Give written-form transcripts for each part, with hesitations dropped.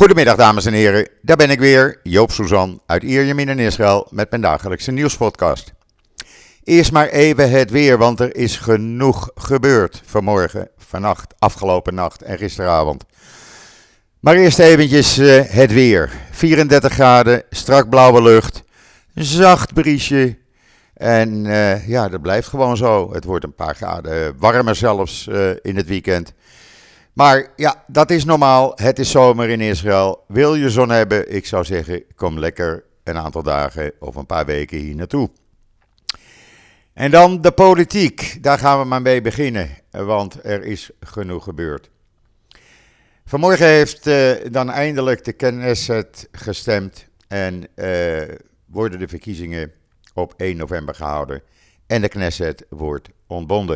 Goedemiddag dames en heren, daar ben ik weer, Joop Suzan uit Ierjemien in Israël met mijn dagelijkse nieuwspodcast. Eerst maar even het weer, want er is genoeg gebeurd vanmorgen, vannacht, afgelopen nacht en gisteravond. Maar eerst eventjes het weer. 34 graden, strak blauwe lucht, zacht briesje en dat blijft gewoon zo. Het wordt een paar graden warmer zelfs in het weekend. Maar ja, dat is normaal. Het is zomer in Israël. Wil je zon hebben? Ik zou zeggen, kom lekker een aantal dagen of een paar weken hier naartoe. En dan de politiek. Daar gaan we maar mee beginnen, want er is genoeg gebeurd. Vanmorgen heeft dan eindelijk de Knesset gestemd en worden de verkiezingen op 1 november gehouden. En de Knesset wordt ontbonden.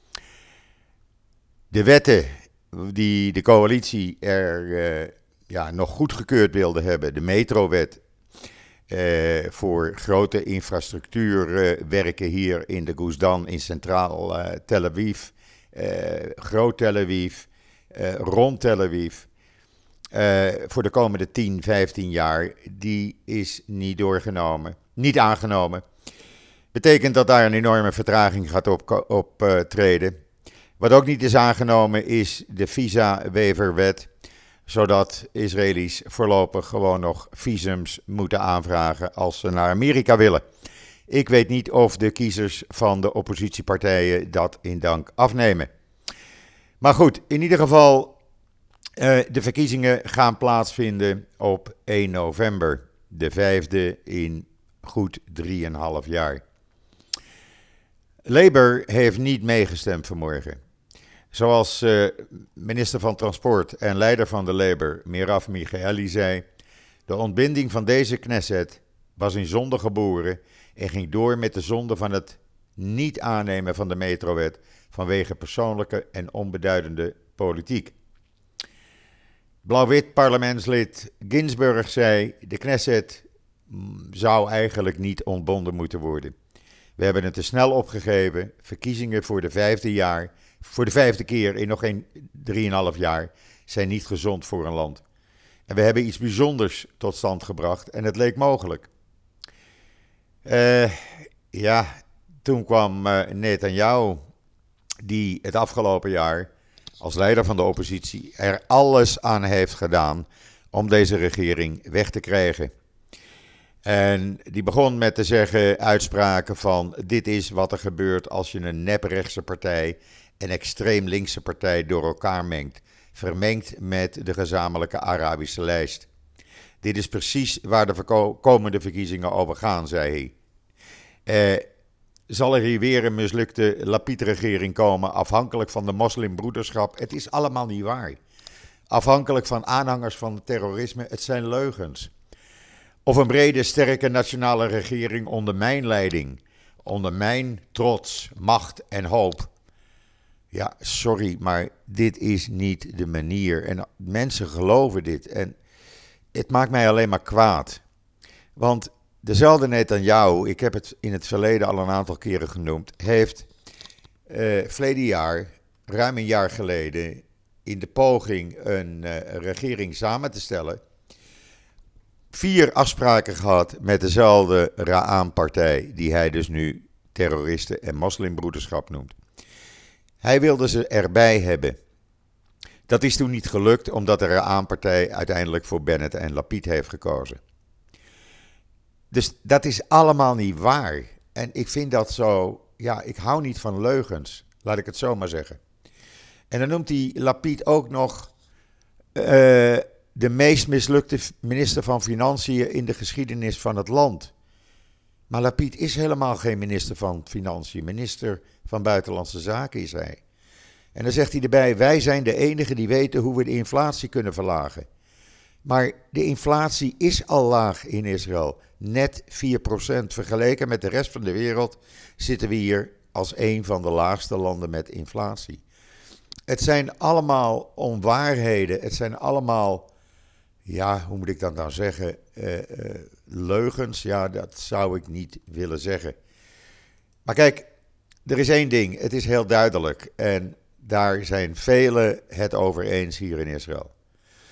De wetten die de coalitie nog goedgekeurd wilde hebben, de metrowet voor grote infrastructuurwerken hier in de Gush Dan in centraal Tel Aviv, Groot Tel Aviv, rond Tel Aviv, voor de komende 10, 15 jaar, die is niet aangenomen. Betekent dat daar een enorme vertraging gaat optreden. Wat ook niet is aangenomen is de visa-waiverwet, zodat Israëli's voorlopig gewoon nog visums moeten aanvragen als ze naar Amerika willen. Ik weet niet of de kiezers van de oppositiepartijen dat in dank afnemen. Maar goed, in ieder geval, de verkiezingen gaan plaatsvinden op 1 november, de 5e in goed 3,5 jaar. Labour heeft niet meegestemd vanmorgen. Zoals minister van Transport en leider van de Labour, Merav Michaeli, zei: de ontbinding van deze Knesset was in zonde geboren en ging door met de zonde van het niet aannemen van de metrowet vanwege persoonlijke en onbeduidende politiek. Blauw-wit parlementslid Ginsburg zei: de Knesset zou eigenlijk niet ontbonden moeten worden. We hebben het te snel opgegeven. Verkiezingen voor de vijfde keer in nog geen 3,5 jaar zijn niet gezond voor een land. En we hebben iets bijzonders tot stand gebracht en het leek mogelijk. Toen kwam Netanyahu, die het afgelopen jaar als leider van de oppositie er alles aan heeft gedaan om deze regering weg te krijgen. En die begon met te zeggen uitspraken van: dit is wat er gebeurt als je een neprechtse partij en extreem linkse partij door elkaar vermengt met de gezamenlijke Arabische lijst. Dit is precies waar de komende verkiezingen over gaan, zei hij. Zal er hier weer een mislukte Lapid-regering komen, afhankelijk van de moslimbroederschap? Het is allemaal niet waar. Afhankelijk van aanhangers van het terrorisme, het zijn leugens. Of een brede, sterke nationale regering onder mijn leiding, onder mijn trots, macht en hoop. Ja, sorry, maar dit is niet de manier. En mensen geloven dit. En het maakt mij alleen maar kwaad. Want dezelfde Netanyahu, ik heb het in het verleden al een aantal keren genoemd, heeft verleden jaar, ruim een jaar geleden, in de poging een regering samen te stellen, 4 afspraken gehad met dezelfde Ra'am-partij, die hij dus nu terroristen en moslimbroederschap noemt. Hij wilde ze erbij hebben. Dat is toen niet gelukt, omdat de Ra'am-partij uiteindelijk voor Bennett en Lapid heeft gekozen. Dus dat is allemaal niet waar. En ik vind dat zo, ik hou niet van leugens, laat ik het zo maar zeggen. En dan noemt hij Lapid ook nog de meest mislukte minister van Financiën in de geschiedenis van het land. Maar Lapid is helemaal geen minister van Financiën. Minister van Buitenlandse Zaken is hij. En dan zegt hij erbij: wij zijn de enigen die weten hoe we de inflatie kunnen verlagen. Maar de inflatie is al laag in Israël. Net 4%. Vergeleken met de rest van de wereld zitten we hier als een van de laagste landen met inflatie. Het zijn allemaal onwaarheden. Het zijn allemaal, hoe moet ik dat nou zeggen? Leugens. Ja, dat zou ik niet willen zeggen. Maar kijk, er is één ding. Het is heel duidelijk. En daar zijn velen het over eens hier in Israël.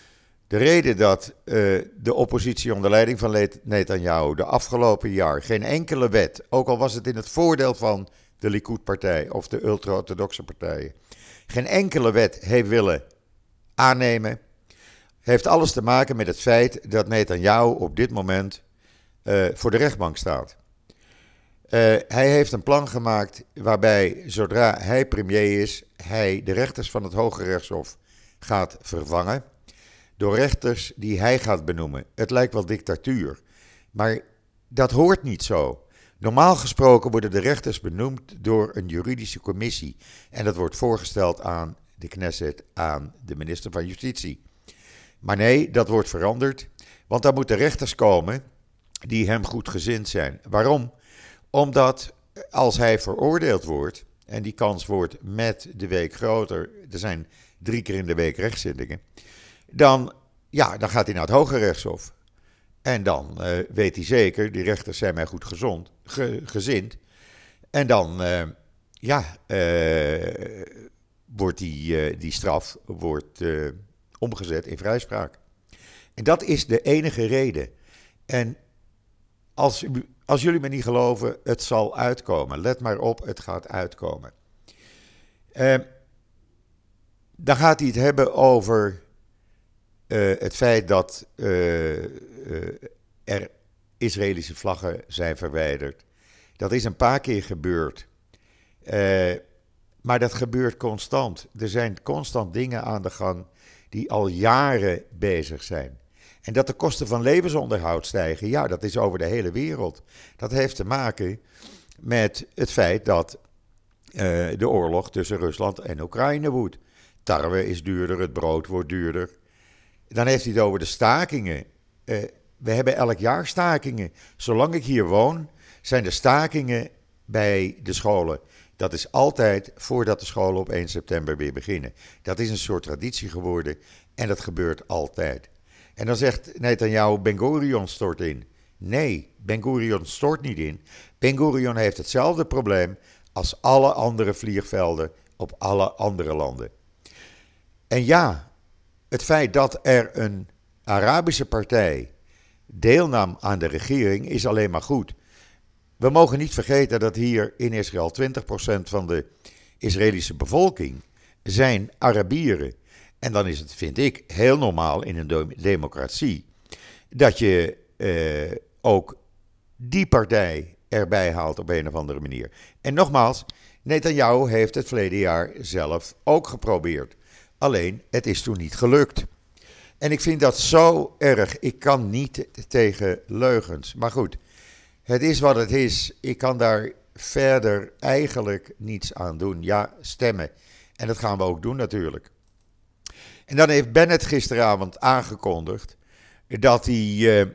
De reden dat de oppositie onder leiding van Netanyahu de afgelopen jaar geen enkele wet, ook al was het in het voordeel van de Likud-partij of de ultra-orthodoxe partijen, geen enkele wet heeft willen aannemen, heeft alles te maken met het feit dat Netanyahu op dit moment voor de rechtbank staat. Hij heeft een plan gemaakt waarbij zodra hij premier is, hij de rechters van het Hoge Rechtshof gaat vervangen door rechters die hij gaat benoemen. Het lijkt wel dictatuur, maar dat hoort niet zo. Normaal gesproken worden de rechters benoemd door een juridische commissie en dat wordt voorgesteld aan de Knesset, aan de minister van Justitie. Maar nee, dat wordt veranderd, want daar moeten rechters komen die hem goedgezind zijn. Waarom? Omdat als hij veroordeeld wordt, en die kans wordt met de week groter, er zijn 3 keer in de week rechtszittingen, dan gaat hij naar het Hoge Rechtshof. En dan weet hij zeker, die rechters zijn mij goed gezind. En dan wordt die straf omgezet in vrijspraak. En dat is de enige reden. En als jullie me niet geloven, het zal uitkomen. Let maar op, het gaat uitkomen. Dan gaat hij het hebben over het feit dat er Israëlische vlaggen zijn verwijderd. Dat is een paar keer gebeurd. Maar dat gebeurt constant. Er zijn constant dingen aan de gang die al jaren bezig zijn. En dat de kosten van levensonderhoud stijgen, ja, dat is over de hele wereld. Dat heeft te maken met het feit dat de oorlog tussen Rusland en Oekraïne woedt. Tarwe is duurder, het brood wordt duurder. Dan heeft hij het over de stakingen. We hebben elk jaar stakingen. Zolang ik hier woon, zijn er stakingen bij de scholen. Dat is altijd voordat de scholen op 1 september weer beginnen. Dat is een soort traditie geworden en dat gebeurt altijd. En dan zegt Netanyahu, Ben-Gurion stort in. Nee, Ben-Gurion stort niet in. Ben-Gurion heeft hetzelfde probleem als alle andere vliegvelden op alle andere landen. En ja, het feit dat er een Arabische partij deelnam aan de regering is alleen maar goed. We mogen niet vergeten dat hier in Israël 20% van de Israëlische bevolking zijn Arabieren. En dan is het, vind ik, heel normaal in een democratie dat je ook die partij erbij haalt op een of andere manier. En nogmaals, Netanyahu heeft het verleden jaar zelf ook geprobeerd. Alleen, het is toen niet gelukt. En ik vind dat zo erg. Ik kan niet tegen leugens. Maar goed, het is wat het is. Ik kan daar verder eigenlijk niets aan doen. Ja, stemmen. En dat gaan we ook doen natuurlijk. En dan heeft Bennett gisteravond aangekondigd dat hij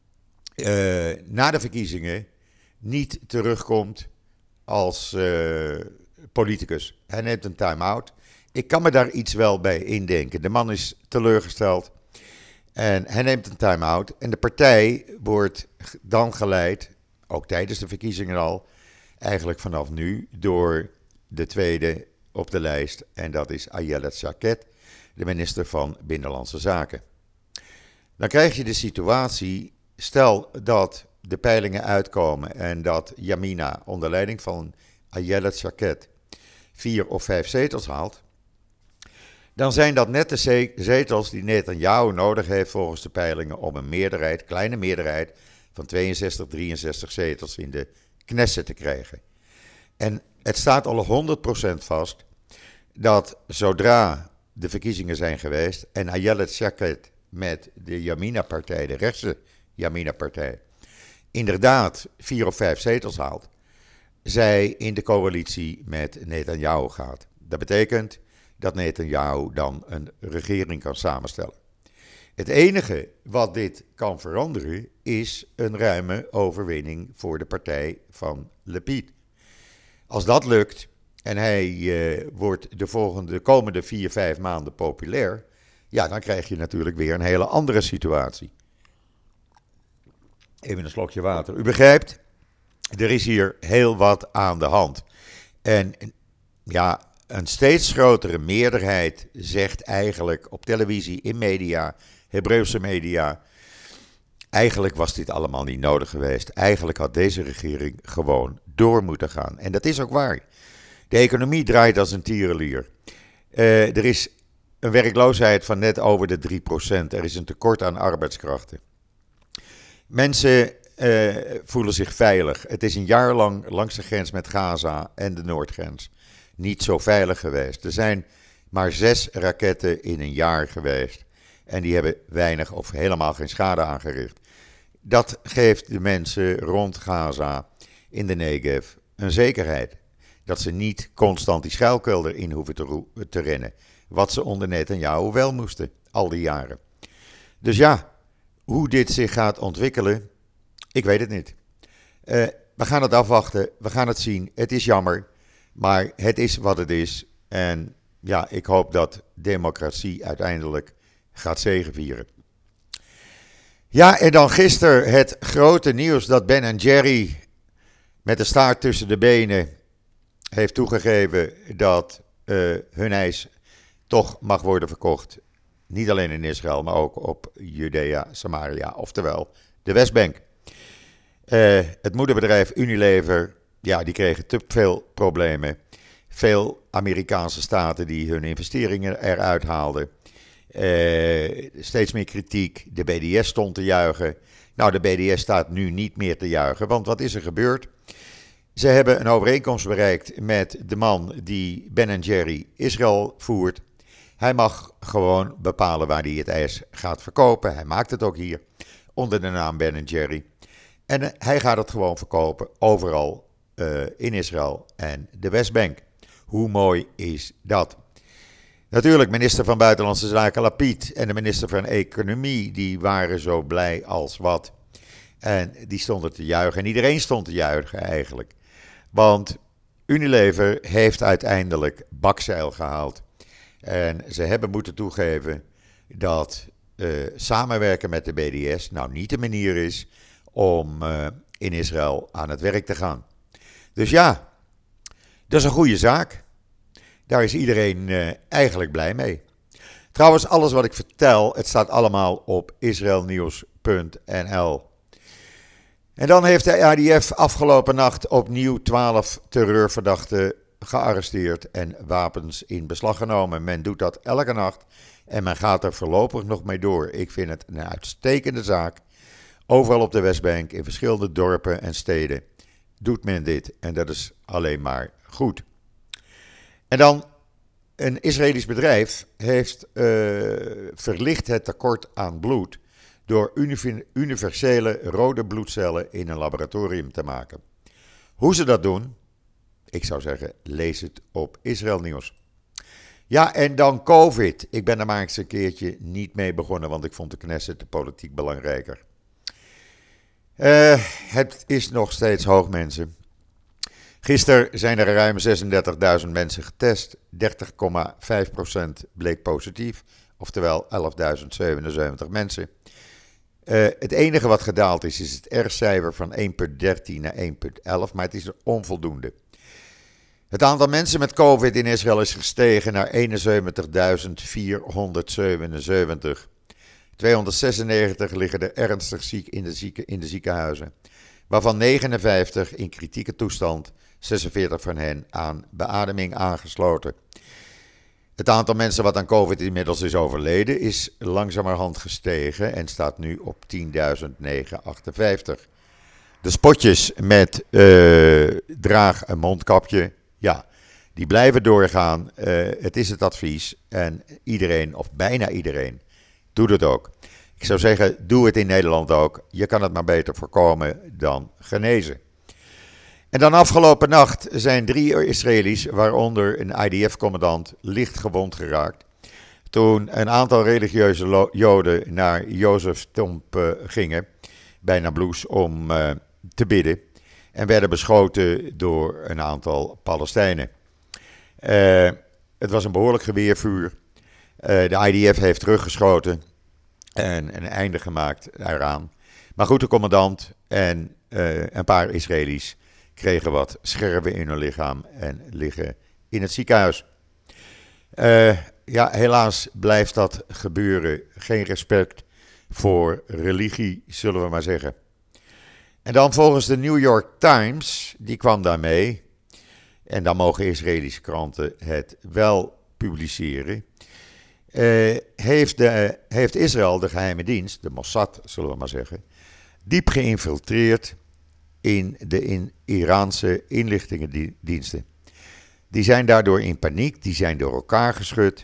na de verkiezingen niet terugkomt als politicus. Hij neemt een time-out. Ik kan me daar iets wel bij indenken. De man is teleurgesteld en hij neemt een time-out. En de partij wordt dan geleid, ook tijdens de verkiezingen al, eigenlijk vanaf nu, door de tweede op de lijst. En dat is Ayelet Shaked, de minister van Binnenlandse Zaken. Dan krijg je de situatie, stel dat de peilingen uitkomen en dat Yamina onder leiding van Ayelet Shaked 4 of 5 zetels haalt, dan zijn dat net de zetels die Netanyahu nodig heeft volgens de peilingen om een meerderheid, kleine meerderheid van 62, 63 zetels in de Knesset te krijgen. En het staat al 100% vast dat zodra de verkiezingen zijn geweest en Ayelet Shaked met de Yamina-partij, de rechtse Yamina-partij, inderdaad 4 of 5 zetels haalt, zij in de coalitie met Netanyahu gaat. Dat betekent dat Netanyahu dan een regering kan samenstellen. Het enige wat dit kan veranderen is een ruime overwinning voor de partij van Lapid. Als dat lukt en hij wordt de komende 4-5 maanden populair, ja, dan krijg je natuurlijk weer een hele andere situatie. Even een slokje water. U begrijpt, er is hier heel wat aan de hand. En ja, een steeds grotere meerderheid zegt eigenlijk op televisie, in media, Hebreeuwse media. Eigenlijk was dit allemaal niet nodig geweest. Eigenlijk had deze regering gewoon door moeten gaan. En dat is ook waar. De economie draait als een tierenlier. Er is een werkloosheid van net over de 3%. Er is een tekort aan arbeidskrachten. Mensen voelen zich veilig. Het is een jaar lang langs de grens met Gaza en de Noordgrens niet zo veilig geweest. Er zijn maar 6 raketten in een jaar geweest. En die hebben weinig of helemaal geen schade aangericht. Dat geeft de mensen rond Gaza in de Negev een zekerheid. Dat ze niet constant die schuilkelder in hoeven te rennen. Wat ze onder Netanyahu wel moesten, al die jaren. Dus ja, hoe dit zich gaat ontwikkelen, ik weet het niet. We gaan het afwachten, we gaan het zien. Het is jammer, maar het is wat het is. En ja, ik hoop dat democratie uiteindelijk gaat zegevieren. Ja, en dan gisteren het grote nieuws dat Ben & Jerry met de staart tussen de benen heeft toegegeven dat hun ijs toch mag worden verkocht. Niet alleen in Israël, maar ook op Judea, Samaria, oftewel de Westbank. Het moederbedrijf Unilever, ja, die kregen te veel problemen. Veel Amerikaanse staten die hun investeringen eruit haalden. Steeds meer kritiek. De BDS stond te juichen. Nou, de BDS staat nu niet meer te juichen, want wat is er gebeurd? Ze hebben een overeenkomst bereikt met de man die Ben & Jerry Israël voert. Hij mag gewoon bepalen waar hij het ijs gaat verkopen. Hij maakt het ook hier onder de naam Ben & Jerry. En hij gaat het gewoon verkopen overal in Israël en de Westbank. Hoe mooi is dat? Natuurlijk, minister van Buitenlandse Zaken Lapid en de minister van Economie, die waren zo blij als wat. En die stonden te juichen en iedereen stond te juichen eigenlijk. Want Unilever heeft uiteindelijk bakzeil gehaald. En ze hebben moeten toegeven dat samenwerken met de BDS nou niet de manier is om in Israël aan het werk te gaan. Dus ja, dat is een goede zaak. Daar is iedereen eigenlijk blij mee. Trouwens, alles wat ik vertel, het staat allemaal op israelnieuws.nl. En dan heeft de IDF afgelopen nacht opnieuw 12 terreurverdachten gearresteerd en wapens in beslag genomen. Men doet dat elke nacht en men gaat er voorlopig nog mee door. Ik vind het een uitstekende zaak. Overal op de Westbank, in verschillende dorpen en steden, doet men dit en dat is alleen maar goed. En dan, een Israëlisch bedrijf heeft verlicht het tekort aan bloed door universele rode bloedcellen in een laboratorium te maken. Hoe ze dat doen? Ik zou zeggen, lees het op Israël Nieuws. Ja, en dan COVID. Ik ben er maar eens een keertje niet mee begonnen, want ik vond de Knesset de politiek belangrijker. Het is nog steeds hoog, mensen. Gisteren zijn er ruim 36.000 mensen getest. 30,5% bleek positief, oftewel 11.077 mensen. Het enige wat gedaald is het R-cijfer van 1,13 naar 1,11, maar het is onvoldoende. Het aantal mensen met COVID in Israël is gestegen naar 71.477. 296 liggen er ernstig ziek in de ziekenhuizen, waarvan 59 in kritieke toestand, 46 van hen aan beademing aangesloten. Het aantal mensen wat aan COVID inmiddels is overleden is langzamerhand gestegen en staat nu op 10.958. De spotjes met draag een mondkapje, ja, die blijven doorgaan. Het is het advies en iedereen, of bijna iedereen, doet het ook. Ik zou zeggen, doe het in Nederland ook. Je kan het maar beter voorkomen dan genezen. En dan afgelopen nacht zijn 3 Israëli's, waaronder een IDF-commandant, licht gewond geraakt. Toen een aantal religieuze Joden naar Jozeftomp gingen, bij Nablus, om te bidden. En werden beschoten door een aantal Palestijnen. Het was een behoorlijk geweervuur. De IDF heeft teruggeschoten en een einde gemaakt daaraan. Maar goed, de commandant en een paar Israëli's kregen wat scherven in hun lichaam en liggen in het ziekenhuis. Ja, helaas blijft dat gebeuren. Geen respect voor religie, zullen we maar zeggen. En dan volgens de New York Times, die kwam daarmee. En dan mogen Israëlische kranten het wel publiceren. Heeft Israël de geheime dienst, de Mossad zullen we maar zeggen, diep geïnfiltreerd in de Iraanse inlichtingendiensten. Die zijn daardoor in paniek, die zijn door elkaar geschud.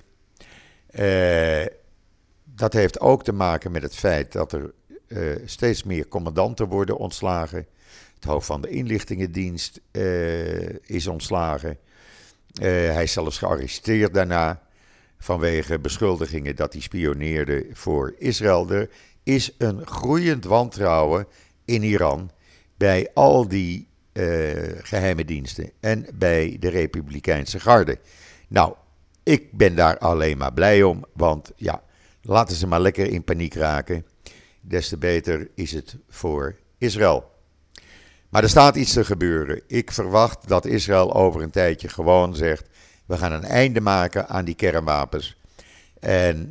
Dat heeft ook te maken met het feit dat er steeds meer commandanten worden ontslagen. Het hoofd van de inlichtingendienst is ontslagen. Hij is zelfs gearresteerd daarna vanwege beschuldigingen dat hij spioneerde voor Israël. Er is een groeiend wantrouwen in Iran bij al die geheime diensten en bij de Republikeinse garde. Nou, ik ben daar alleen maar blij om, want ja, laten ze maar lekker in paniek raken. Des te beter is het voor Israël. Maar er staat iets te gebeuren. Ik verwacht dat Israël over een tijdje gewoon zegt: we gaan een einde maken aan die kernwapens. En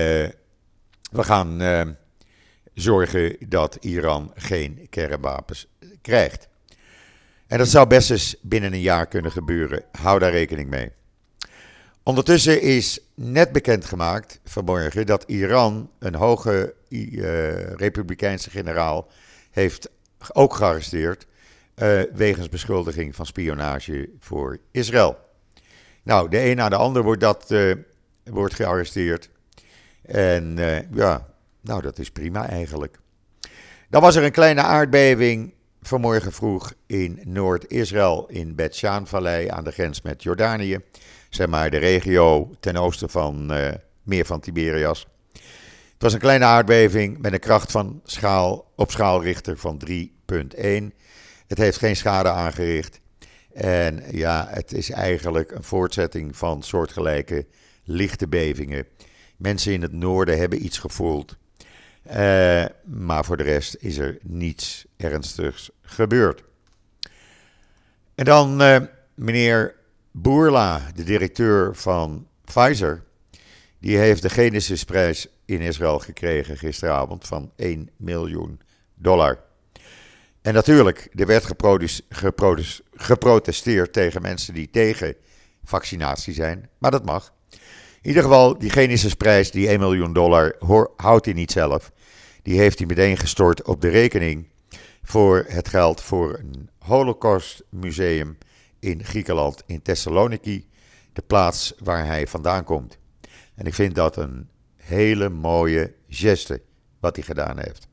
we gaan zorgen dat Iran geen kernwapens krijgt. En dat zou best eens binnen een jaar kunnen gebeuren. Hou daar rekening mee. Ondertussen is net bekendgemaakt vanmorgen dat Iran een hoge republikeinse generaal heeft ook gearresteerd wegens beschuldiging van spionage voor Israël. Nou, de een na de ander wordt gearresteerd. En ja, nou dat is prima eigenlijk. Dan was er een kleine aardbeving vanmorgen vroeg in Noord-Israël in Bet Shan-vallei aan de grens met Jordanië. Zeg maar de regio ten oosten van meer van Tiberias. Het was een kleine aardbeving met een kracht van op schaalrichter van 3,1. Het heeft geen schade aangericht. En ja, het is eigenlijk een voortzetting van soortgelijke lichte bevingen. Mensen in het noorden hebben iets gevoeld. Maar voor de rest is er niets ernstigs gebeurd. En dan meneer Bourla, de directeur van Pfizer. Die heeft de Genesisprijs in Israël gekregen gisteravond van $1 miljoen. En natuurlijk, er werd geprotesteerd tegen mensen die tegen vaccinatie zijn. Maar dat mag. In ieder geval, die Genesisprijs, die $1 miljoen, houdt hij niet zelf. Die heeft hij meteen gestort op de rekening voor het geld voor een Holocaustmuseum in Griekenland, in Thessaloniki, de plaats waar hij vandaan komt. En ik vind dat een hele mooie geste wat hij gedaan heeft.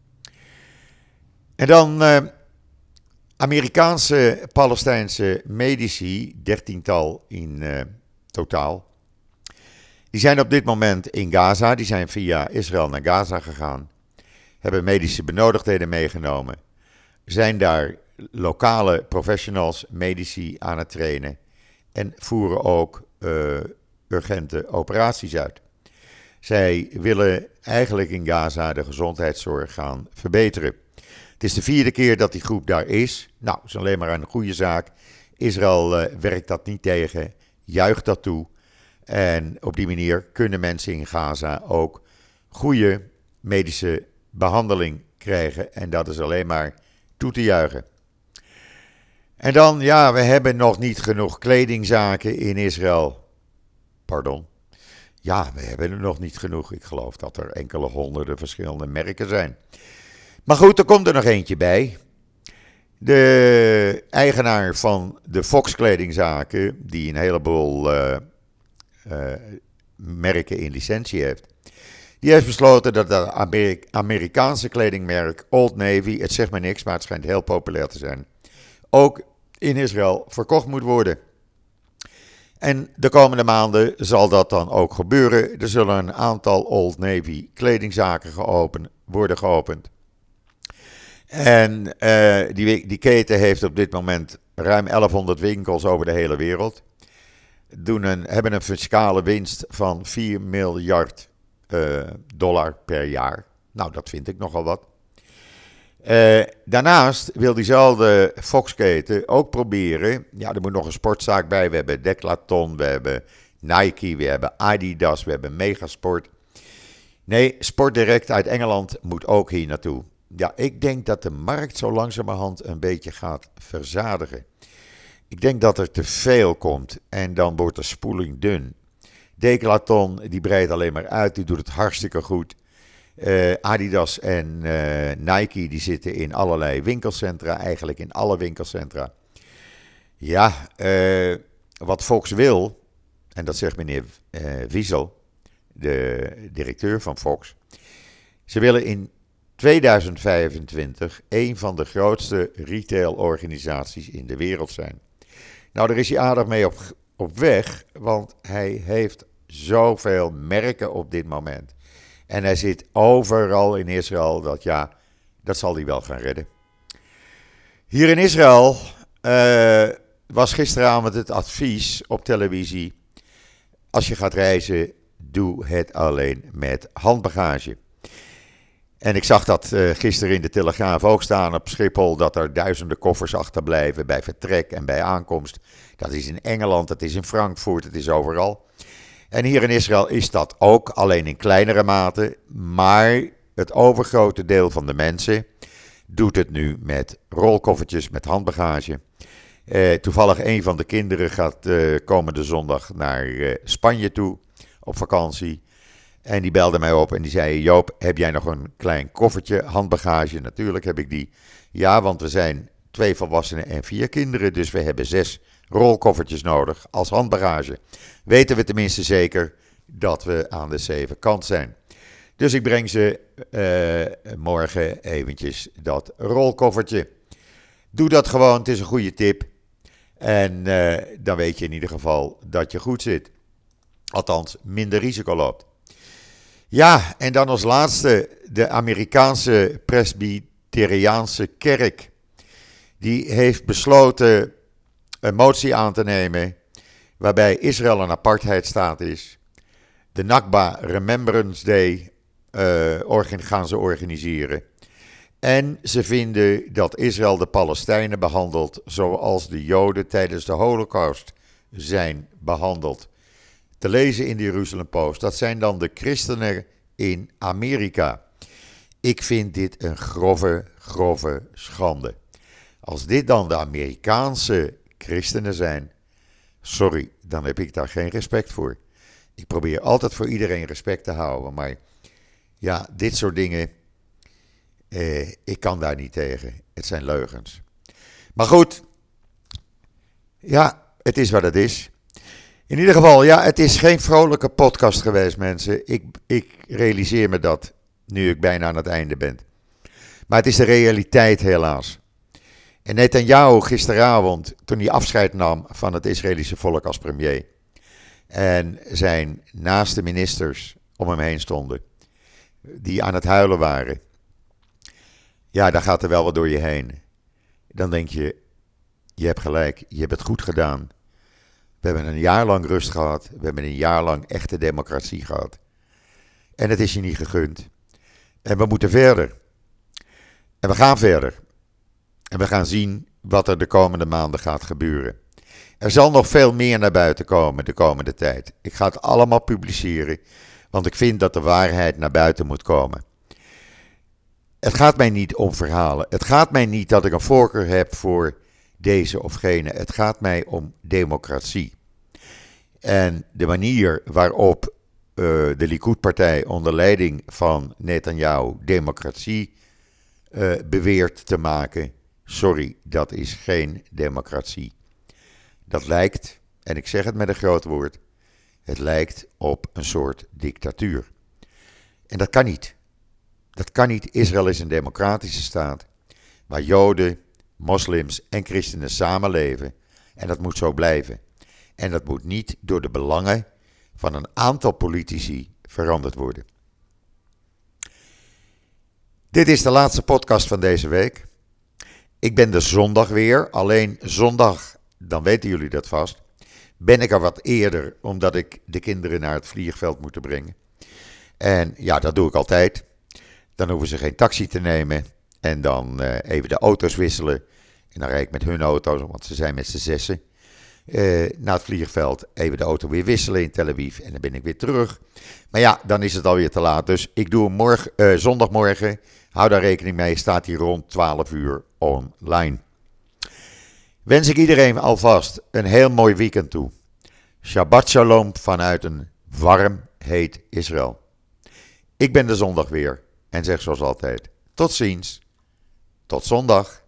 En dan Amerikaanse, Palestijnse medici, 13-tal in totaal. Die zijn op dit moment in Gaza, die zijn via Israël naar Gaza gegaan. Hebben medische benodigdheden meegenomen. Zijn daar lokale professionals, medici aan het trainen. En voeren ook urgente operaties uit. Zij willen eigenlijk in Gaza de gezondheidszorg gaan verbeteren. Het is de 4e keer dat die groep daar is. Nou, dat is alleen maar een goede zaak. Israël werkt dat niet tegen, juicht dat toe. En op die manier kunnen mensen in Gaza ook goede medische behandeling krijgen. En dat is alleen maar toe te juichen. En dan, ja, we hebben nog niet genoeg kledingzaken in Israël. Pardon. Ja, we hebben er nog niet genoeg. Ik geloof dat er enkele honderden verschillende merken zijn. Maar goed, er komt er nog eentje bij. De eigenaar van de Fox kledingzaken, die een heleboel merken in licentie heeft. Die heeft besloten dat het Amerikaanse kledingmerk Old Navy, het zegt maar niks, maar het schijnt heel populair te zijn, ook in Israël verkocht moet worden. En de komende maanden zal dat dan ook gebeuren. Er zullen een aantal Old Navy kledingzaken worden geopend. En die keten heeft op dit moment ruim 1100 winkels over de hele wereld. Hebben een fiscale winst van $4 miljard per jaar. Nou, dat vind ik nogal wat. Daarnaast wil diezelfde Fox-keten ook proberen. Ja, er moet nog een sportzaak bij. We hebben Decathlon, we hebben Nike, we hebben Adidas, we hebben Megasport. Nee, Sportdirect uit Engeland moet ook hier naartoe. Ja, ik denk dat de markt zo langzamerhand een beetje gaat verzadigen. Ik denk dat er te veel komt en dan wordt de spoeling dun. Decathlon die breidt alleen maar uit, die doet het hartstikke goed. Adidas en Nike die zitten in allerlei winkelcentra, eigenlijk in alle winkelcentra. Ja, wat Fox wil, en dat zegt meneer Wiesel, de directeur van Fox. Ze willen in 2025 een van de grootste retailorganisaties in de wereld zijn. Nou, daar is hij aardig mee op weg, want hij heeft zoveel merken op dit moment. En hij zit overal in Israël, dat zal hij wel gaan redden. Hier in Israël was gisteravond het advies op televisie: als je gaat reizen, doe het alleen met handbagage. En ik zag dat gisteren in de Telegraaf ook staan op Schiphol, dat er duizenden koffers achterblijven bij vertrek en bij aankomst. Dat is in Engeland, dat is in Frankfurt, het is overal. En hier in Israël is dat ook, alleen in kleinere mate. Maar het overgrote deel van de mensen doet het nu met rolkoffertjes, met handbagage. Toevallig een van de kinderen gaat komende zondag naar Spanje toe op vakantie. En die belde mij op en die zei: Joop, heb jij nog een klein koffertje handbagage? Natuurlijk heb ik die. Ja, want we zijn 2 volwassenen en 4 kinderen, dus we hebben 6 rolkoffertjes nodig als handbagage. Weten we tenminste zeker dat we aan de 7 kant zijn. Dus ik breng ze morgen eventjes dat rolkoffertje. Doe dat gewoon, het is een goede tip. En dan weet je in ieder geval dat je goed zit. Althans, minder risico loopt. Ja, en dan als laatste de Amerikaanse Presbyteriaanse kerk. Die heeft besloten een motie aan te nemen waarbij Israël een apartheidstaat is. De Nakba Remembrance Day gaan ze organiseren. En ze vinden dat Israël de Palestijnen behandelt zoals de Joden tijdens de Holocaust zijn behandeld. Te lezen in de Jeruzalem Post. Dat zijn dan de christenen in Amerika. Ik vind dit een grove schande. Als dit dan de Amerikaanse christenen zijn, sorry, dan heb ik daar geen respect voor. Ik probeer altijd voor iedereen respect te houden, maar ja, dit soort dingen, ik kan daar niet tegen. Het zijn leugens. Maar goed, ja, het is wat het is. In ieder geval, ja, het is geen vrolijke podcast geweest, mensen. Ik realiseer me dat, nu ik bijna aan het einde ben. Maar het is de realiteit, helaas. En Netanyahu gisteravond, toen hij afscheid nam van het Israëlische volk als premier, en zijn naaste ministers om hem heen stonden, die aan het huilen waren, ja, daar gaat er wel wat door je heen. Dan denk je, je hebt gelijk, je hebt het goed gedaan. We hebben een jaar lang rust gehad. We hebben een jaar lang echte democratie gehad. En het is je niet gegund. En we moeten verder. En we gaan verder. En we gaan zien wat er de komende maanden gaat gebeuren. Er zal nog veel meer naar buiten komen de komende tijd. Ik ga het allemaal publiceren, want ik vind dat de waarheid naar buiten moet komen. Het gaat mij niet om verhalen. Het gaat mij niet dat ik een voorkeur heb voor deze of gene. Het gaat mij om democratie. En de manier waarop de Likud-partij onder leiding van Netanyahu democratie beweert te maken, sorry, dat is geen democratie. Dat lijkt, en ik zeg het met een groot woord, het lijkt op een soort dictatuur. En dat kan niet. Dat kan niet. Israël is een democratische staat waar Joden, moslims en christenen samenleven. En dat moet zo blijven. En dat moet niet door de belangen van een aantal politici veranderd worden. Dit is de laatste podcast van deze week. Ik ben de zondag weer. Alleen zondag, dan weten jullie dat vast, ben ik er wat eerder, omdat ik de kinderen naar het vliegveld moet brengen. En ja, dat doe ik altijd. Dan hoeven ze geen taxi te nemen. En dan even de auto's wisselen. En dan rijd ik met hun auto's, want ze zijn met z'n 6. naar het vliegveld. Even de auto weer wisselen in Tel Aviv en dan ben ik weer terug. Maar ja, dan is het alweer te laat. Dus ik doe hem zondagmorgen. Hou daar rekening mee, staat hij rond 12 uur online. Wens ik iedereen alvast een heel mooi weekend toe. Shabbat shalom vanuit een warm, heet Israël. Ik ben de zondag weer en zeg zoals altijd, tot ziens, tot zondag.